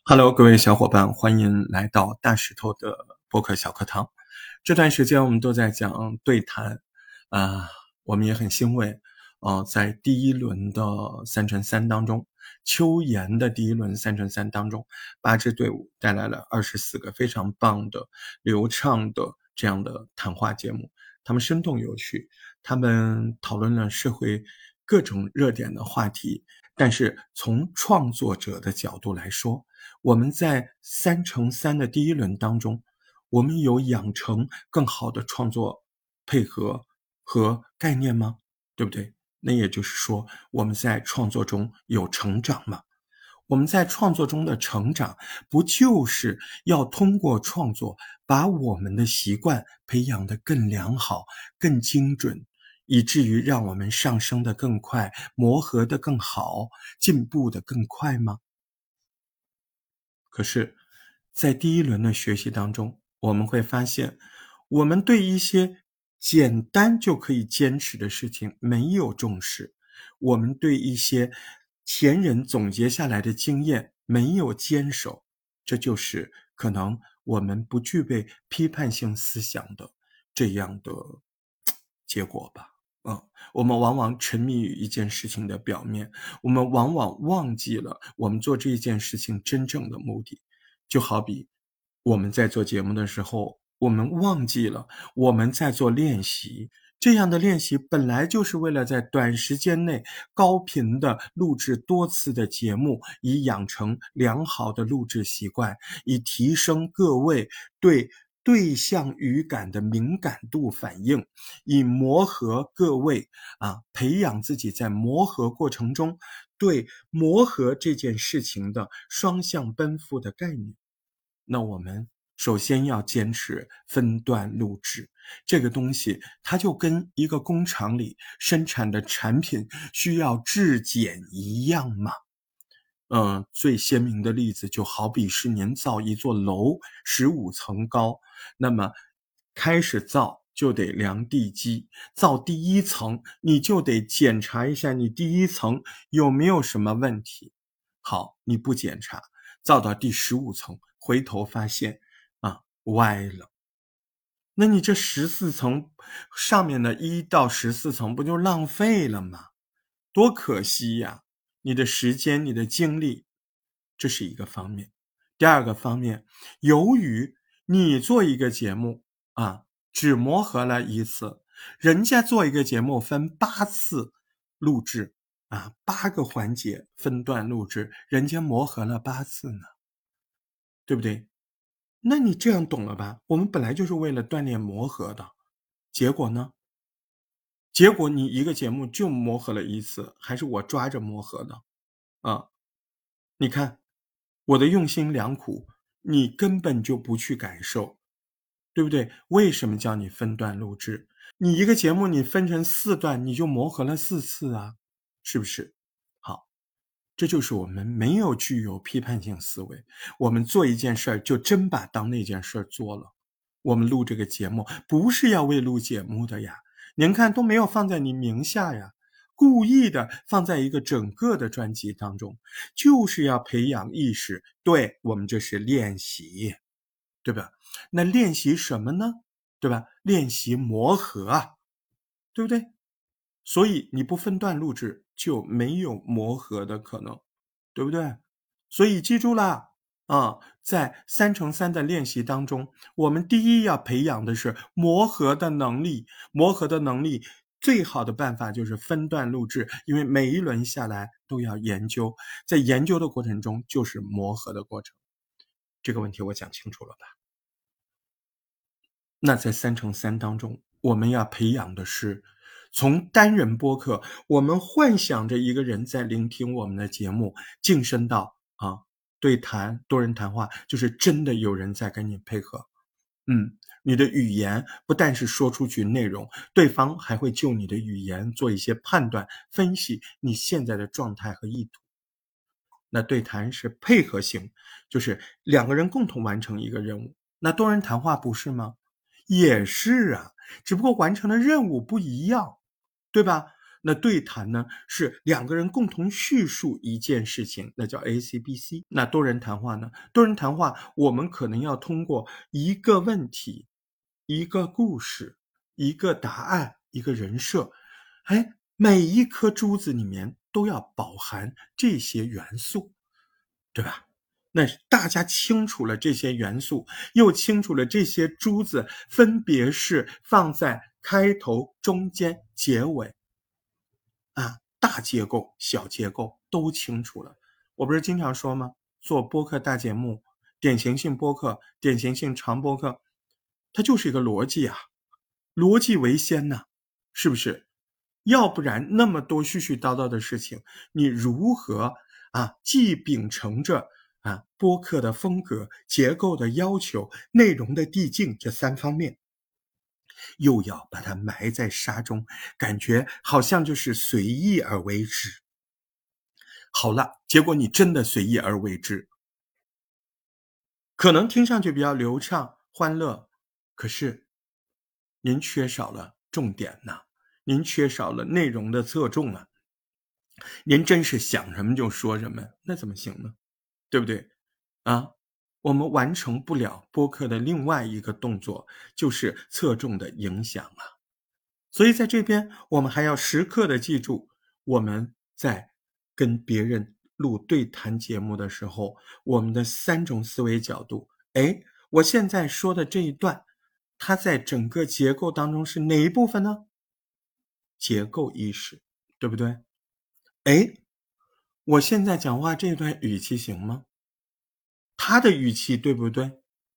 Hello，各位小伙伴，欢迎来到大石头的播客小课堂。这段时间我们都在讲对谈，我们也很欣慰，在第一轮的3×3当中，秋研的第一轮3×3当中，8支队伍带来了24个非常棒的、流畅的这样的谈话节目。他们生动有趣，他们讨论了社会各种热点的话题，但是从创作者的角度来说，我们在3×3的第一轮当中，我们有养成更好的创作配合和概念吗？对不对？那也就是说，我们在创作中有成长吗？我们在创作中的成长，不就是要通过创作，把我们的习惯培养得更良好、更精准，以至于让我们上升得更快，磨合得更好，进步得更快吗？可是，在第一轮的学习当中，我们会发现，我们对一些简单就可以坚持的事情没有重视，我们对一些前人总结下来的经验没有坚守，这就是可能我们不具备批判性思想的这样的结果吧。我们往往沉迷于一件事情的表面，我们往往忘记了我们做这件事情真正的目的。就好比我们在做节目的时候，我们忘记了我们在做练习，这样的练习本来就是为了在短时间内高频的录制多次的节目，以养成良好的录制习惯，以提升各位对对象语感的敏感度反应，以磨合各位培养自己在磨合过程中对磨合这件事情的双向奔赴的概念。那我们首先要坚持分段录制，这个东西它就跟一个工厂里生产的产品需要质检一样嘛。最鲜明的例子就好比是您造一座楼15层高，那么开始造就得量地基，造第一层你就得检查一下你第一层有没有什么问题。好，你不检查，造到第15层，回头发现歪了，那你这14层上面的1到14层不就浪费了吗？多可惜呀！你的时间，你的精力，这是一个方面。第二个方面，由于你做一个节目只磨合了一次，人家做一个节目分8次录制8个环节分段录制，人家磨合了8次呢，对不对？那你这样懂了吧？我们本来就是为了锻炼磨合的，结果呢？结果你一个节目就磨合了一次，还是我抓着磨合的啊？你看我的用心良苦，你根本就不去感受，对不对？为什么叫你分段录制？你一个节目你分成4段，你就磨合了4次啊，是不是？好，这就是我们没有具有批判性思维，我们做一件事儿就真把当那件事儿做了。我们录这个节目不是要为录节目的呀，您看都没有放在你名下呀，故意的放在一个整个的专辑当中，就是要培养意识，对，我们这是练习，对吧？那练习什么呢？对吧？练习磨合对不对？所以你不分段录制就没有磨合的可能，对不对？所以记住了在3×3的练习当中，我们第一要培养的是磨合的能力。磨合的能力最好的办法就是分段录制，因为每一轮下来都要研究，在研究的过程中就是磨合的过程。这个问题我讲清楚了吧？那在3×3当中，我们要培养的是从单人播客，我们幻想着一个人在聆听我们的节目，晋升到对谈、多人谈话，就是真的有人在跟你配合。你的语言不但是说出去内容，对方还会就你的语言做一些判断、分析你现在的状态和意图。那对谈是配合型，就是2个人共同完成一个任务。那多人谈话不是吗？也是啊，只不过完成的任务不一样，对吧？ 那对谈呢，是两个人共同叙述一件事情，那叫 ACBC。那多人谈话呢？多人谈话，我们可能要通过一个问题、一个故事、一个答案、一个人设，每一颗珠子里面都要饱含这些元素，对吧？那大家清楚了这些元素，又清楚了这些珠子分别是放在开头、中间、结尾大结构、小结构都清楚了。我不是经常说吗？做播客大节目，典型性播客、典型性长播客，它就是一个逻辑啊，逻辑为先呐，是不是？要不然那么多絮絮叨叨的事情，你如何既秉承着播客的风格、结构的要求、内容的递进这三方面，又要把它埋在沙中，感觉好像就是随意而为之。好了，结果你真的随意而为之，可能听上去比较流畅、欢乐，可是您缺少了重点呐，您缺少了内容的侧重啊，您真是想什么就说什么，那怎么行呢？对不对？我们完成不了播客的另外一个动作，就是侧重的影响啊。所以在这边，我们还要时刻的记住，我们在跟别人录对谈节目的时候，我们的3种思维角度。我现在说的这一段，它在整个结构当中是哪一部分呢？结构意识，对不对？我现在讲话这一段语气行吗？他的语气对不对？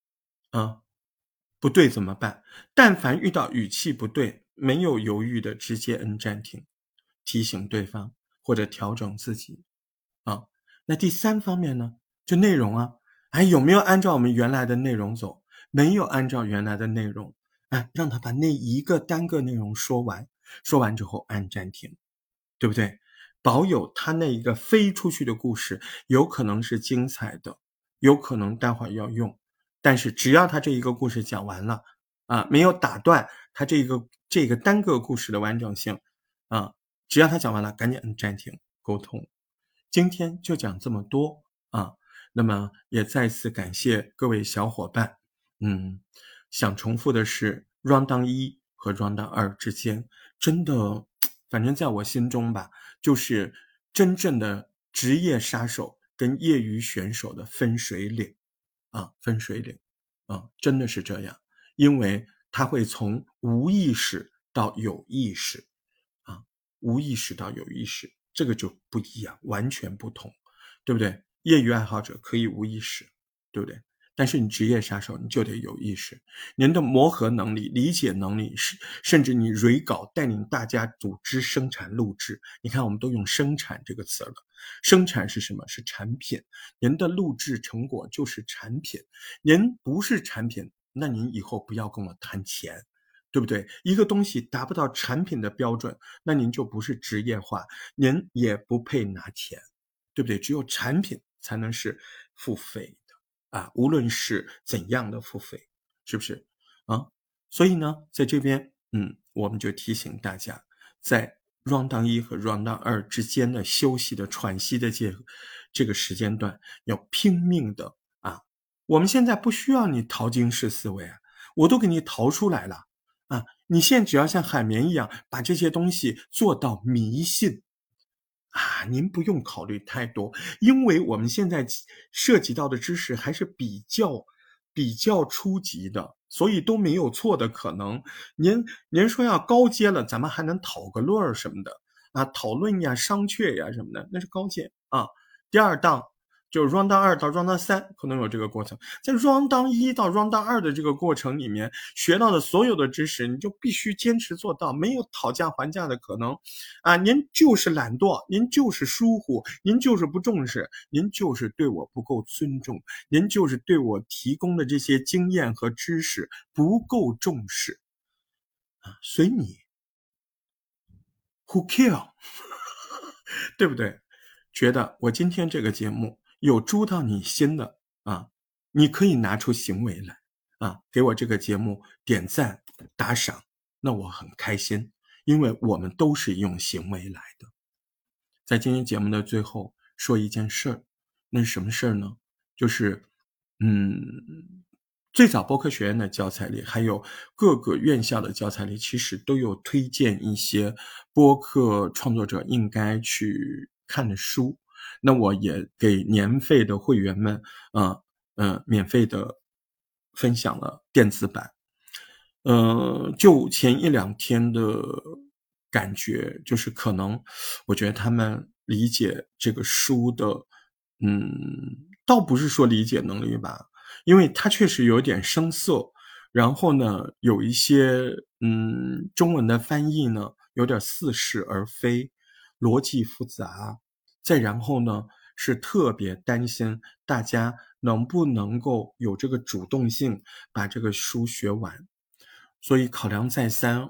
不对怎么办？但凡遇到语气不对，没有犹豫的直接摁暂停，提醒对方或者调整自己那第3方面呢，就内容有没有按照我们原来的内容走？没有按照原来的内容让他把那一个单个内容说完，说完之后按暂停，对不对？保有他那一个飞出去的故事，有可能是精彩的，有可能待会儿要用，但是只要他这一个故事讲完了没有打断他这个单个故事的完整性只要他讲完了，赶紧按暂停沟通。今天就讲这么多那么也再次感谢各位小伙伴。想重复的是 Rundown 1和 Rundown 2之间，真的反正在我心中吧，就是真正的职业杀手跟业余选手的分水岭分水岭真的是这样，因为它会从无意识到有意识无意识到有意识，这个就不一样，完全不同，对不对？业余爱好者可以无意识，对不对？但是你职业杀手你就得有意识，您的磨合能力、理解能力，甚至你蕊稿带领大家组织生产录制，你看我们都用生产这个词了，生产是什么？是产品，您的录制成果就是产品，您不是产品，那您以后不要跟我谈钱，对不对？一个东西达不到产品的标准，那您就不是职业化，您也不配拿钱，对不对？只有产品才能是付费的无论是怎样的付费，是不是所以呢，在这边我们就提醒大家，在 Rundown 1和 Rundown 2之间的休息的喘息的这个时间段，要拼命的我们现在不需要你淘金式思维我都给你淘出来了你现在只要像海绵一样把这些东西做到迷信您不用考虑太多，因为我们现在涉及到的知识还是比较初级的，所以都没有错的可能。您说要高阶了，咱们还能讨个论什么的讨论呀、商榷呀什么的，那是高阶第二档就 Rundown 2到 Rundown 3可能有这个过程，在 Rundown 1到 Rundown 2的这个过程里面学到的所有的知识，你就必须坚持做到，没有讨价还价的可能您就是懒惰，您就是疏忽，您就是不重视，您就是对我不够尊重，您就是对我提供的这些经验和知识不够重视随你 Who care 对不对？觉得我今天这个节目有诛到你心的你可以拿出行为来给我这个节目点赞打赏，那我很开心， 因为我们都是用行为来的。在今天节目的最后说一件事儿，那是什么事儿呢？就是最早播客学院的教材里，还有各个院校的教材里，其实都有推荐一些播客创作者应该去看的书。那我也给年费的会员们免费的分享了电子版。就前一两天的感觉，就是可能我觉得他们理解这个书的倒不是说理解能力吧，因为它确实有点生涩，然后呢有一些中文的翻译呢有点似是而非，逻辑复杂，再然后呢是特别担心大家能不能够有这个主动性把这个书学完，所以考量再三，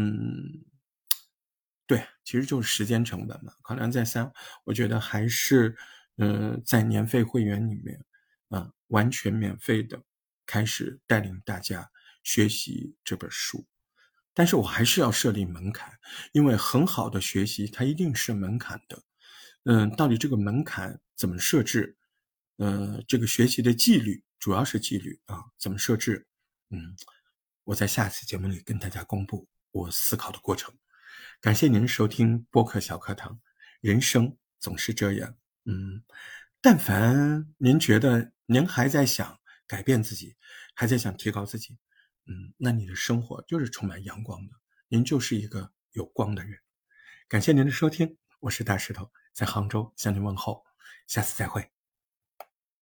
对，其实就是时间成本嘛。考量再三，我觉得还是，在年费会员里面，完全免费的开始带领大家学习这本书。但是我还是要设立门槛，因为很好的学习它一定是门槛的。到底这个门槛怎么设置？这个学习的纪律，主要是纪律啊，怎么设置？我在下次节目里跟大家公布我思考的过程。感谢您收听播客小课堂，人生总是这样。但凡您觉得您还在想改变自己，还在想提高自己，那你的生活就是充满阳光的，您就是一个有光的人。感谢您的收听，我是大石头，在杭州向您问候，下次再会。